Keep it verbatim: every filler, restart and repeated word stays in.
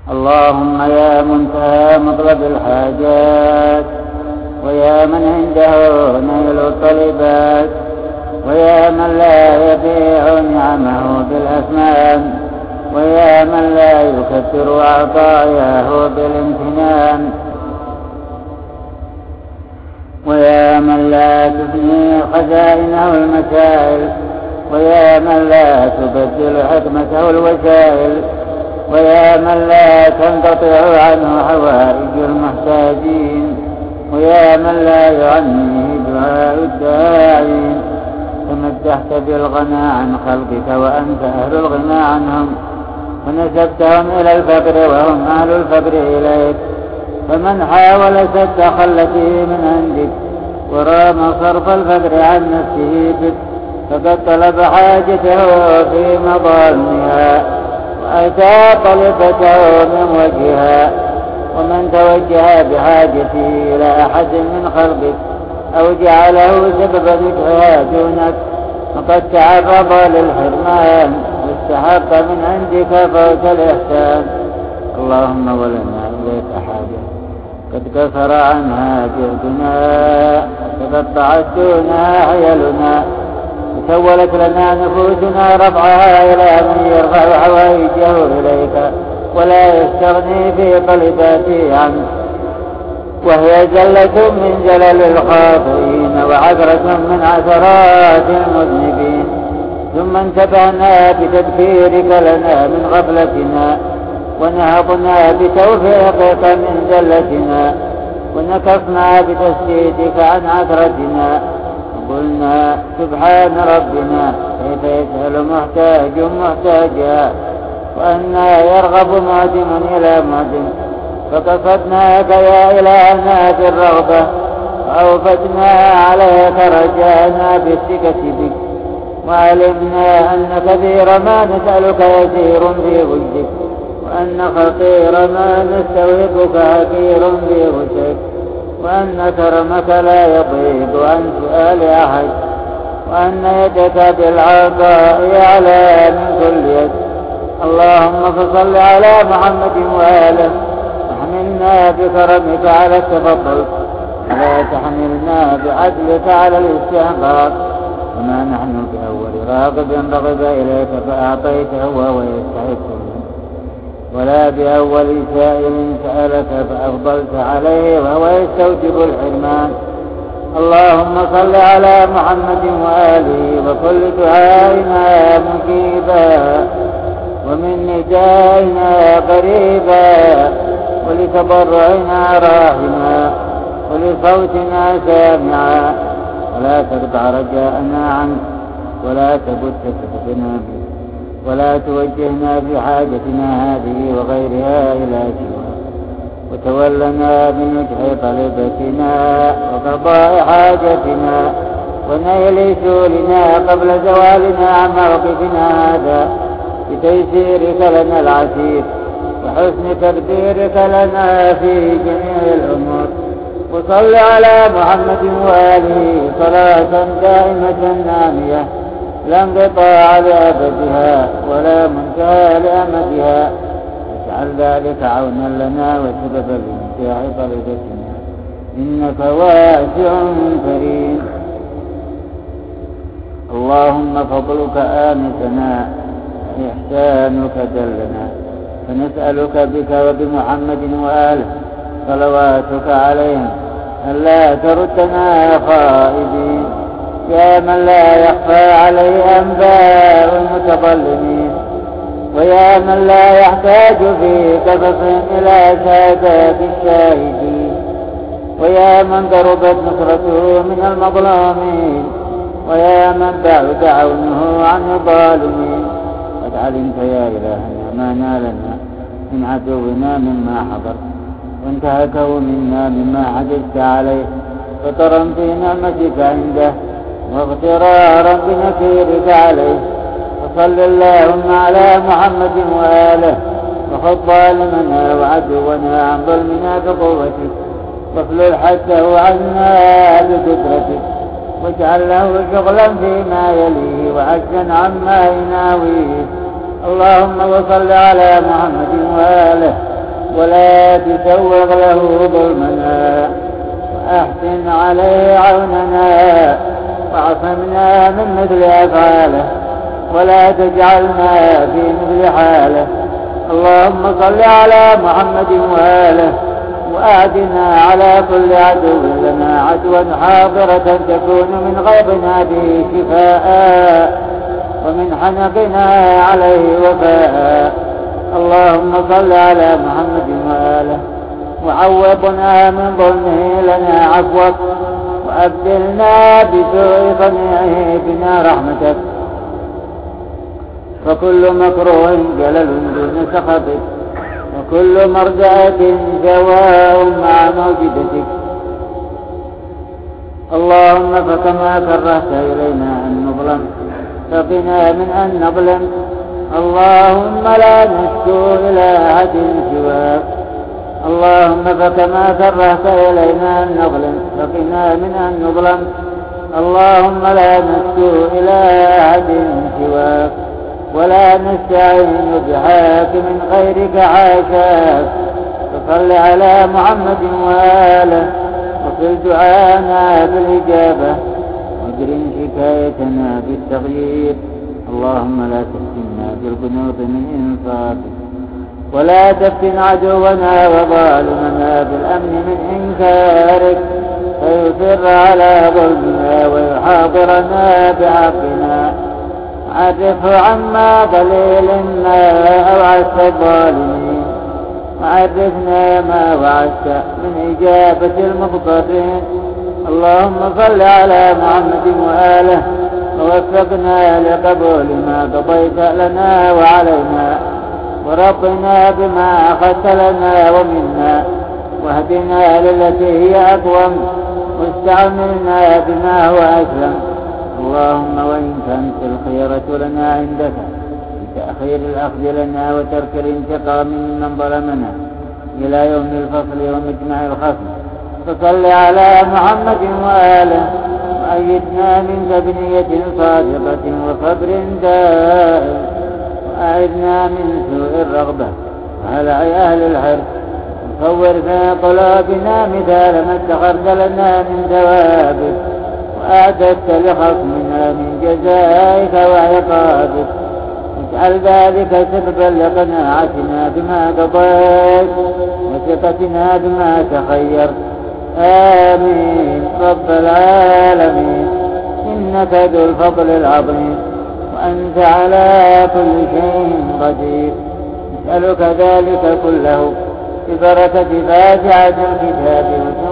اللهم يا منتهى مطلب الحاجات، ويا من عنده نيل الطلبات، ويا من لا يبيع نعمه بالأثمان، ويا من لا يكثر عطاياه بالامتنان، ويا من لا تفني خزائنه المسائل، ويا من لا تبدل حكمته الوسائل، ويا من لا تنقطع عنه حوائج المحتاجين، ويا من لا يعنيه دعاء الداعين. تمدحت بالغنى عن خلقك وأنت أهل الغنى عنهم، ونسبتهم إلى الفقر وهم أهل الفقر إليك. فمن حاول سد خلته من عندك ورام صرف الفقر عن نفسه بك، فقد طلب حاجته في مظالمها وأتى طلبته من وجهها. ومن توجه بحاجته إلى أحد من خلقك أو جعله سبب ذكرها دونك فقد تعرض للحرمان واستحق من عندك فوت الإحسان. اللهم ولنا إليك حاجة قد كثر عنها جهدنا وتقطعت دونها حيلنا، وسولت لنا نفوسنا رفعها إلى من يرفع حوائجه إليك ولا يستغني في طلباته عنه، وهي زلة من زلل الخاطئين وعثرة من عثرات المذنبين. ثم انتبهنا بتذكيرك لنا من غفلتنا، ونهضنا بتوفيقك من زلتنا، ونكفنا بتسديدك عن عثرتنا. وقلنا سبحان ربنا كيف يسأل محتاج محتاجا، وأنا يرغب معدم إلى معدم. فقصدناك يا إلهنا بالرغبة، وأوفتنا عليك رجانا بالثقة بك، وعلمنا أن كثير ما نسألك يسير في وجدك، وأن خطير ما نستوهبك حقير في وجهك، وأن كرمك لا يضيق عن سؤال أحد، وأن يدك بالعطاء أعلى من كل يد. اللهم فصل على محمد وآله، وحملنا بكرمك على التفضل، ولا تحملنا بعدلك على الاستحقاق. وما نحن بأول راغب رغب إليك فأعطيته وهو يستحق، ولا بأول سائل سألك فأفضلت عليه وهو يستوجب الحرمان. اللهم صل على محمد وآله، وكل دعائنا مجيبا، ومن ندائنا قريبا، ولتضرعنا راحما، ولصوتنا سامعا. ولا تقطع رجاءنا عنك، ولا تبت سببنا به، ولا توجهنا بحاجتنا هذه وغيرها إلى سواك، وتولنا بنجح طلبتنا وقضاء حاجتنا ونيل سؤلنا قبل زوالنا عن موقفنا هذا، بتيسيرك لنا العسير وحسن تدبيرك لنا في جميع الأمور. وصل على محمد وآله صلاة دائمة نامية لا انقطاع لأبدها ولا منتهى لأمدها. واجعل ذلك عونا لنا وسببا لانتهاء طلبتنا، إنك واسع كريم. اللهم فضلك آنسنا، إحسانك دلنا، فنسألك بك وبمحمد وآله صلواتك عليهم ألا تردنا خائبين، يا من لا يخفى عليه أنباء المتظلمين، ويا من لا يحتاج في كفف إلى سادات الشاهدين، ويا من ضربت نصرته من المظلومين، ويا من بعد عونه عن الظالمين. قد علمت يا إلهنا ما نالنا من عدونا مما حضر، وانتهكه منا مما حدثت عليه، فطرا في نعمتك عنده واغترارا بنكيرك عليه. وصل اللهم على محمد وآله، وخذ ظالمنا وعدونا عن ظلمنا بقوتك، واخلل حده عنا بقدرتك، واجعل له شغلا فيما يليه وعجزا عما يناويه. اللهم وصل على محمد وآله ولا تسوغ له ظلمنا، وأحسن عليه عوننا، واعصمنا من مثل أفعاله، ولا تجعلنا في مثل حاله. اللهم صل على محمد وآله، وأعدنا على كل عدو لنا عدوا حاضرة تكون من غيظنا به شفاء، ومن حنقنا عليه وفاء. اللهم صل على محمد وآله، وعوضنا من ظلمه لنا عفوك، وأبدلنا بسوء صنيعه بنا رحمتك. فكل مكروه جلل دون سخطك، وكل مرجعة سواء مع موجدتك. اللهم فكما كرهت إلينا أن نظلم فقنا من أن نظلم. اللهم لا نشكو إلى أحد سواك. اللهم فكما كرهت إلينا أن نظلم فقنا من أن نظلم. اللهم لا نشكو إلى أحد سواك، ولا نستعين بحاكم غيرك عاشاك. فصل على محمد وآله، وصل دعانا بالإجابة، واجرم شكايتنا بالتغيير. اللهم لا تفتنا بالقنوط من إنصافك، ولا تفتن عدونا وظالمنا بالأمن من إنكارك، فيصر على ظلمنا ويحاضرنا بعقنا. عرفه عما ضليل ما أوعدت الظالمين، وعرفنا ما وعدت من إجابة المضطرين. اللهم صل على محمد وآله، ووفقنا لقبول ما قضيت لنا وعلينا، وربنا بما أخذت لنا ومنا، واهدنا للتي هي أقوم، واستعملنا بما هو أسلم. اللهم وإن كانت الخيرة لنا عندك بتأخير الأخذ لنا وترك الانتقام ممن ظلمنا إلى يوم الفصل ومجمع الخصم، فصل على محمد وآله، وأيدنا منك بنية صادقة وصبر دائم، وأعذنا من سوء الرغبة وهلع أهل الحرص، وصور في قلوبنا مثال ما اتخذت لنا من ثوابك وأعددت لخصمنا من جزائك وعقابك. واجعل ذلك سببا لقناعتنا بما قضيت وثقتنا بما تخيرت. آمين رب العالمين، إنك ذو الفضل العظيم، وأنت على كل شيء قدير. نسألك ذلك كله ببركة فاتحة الكتاب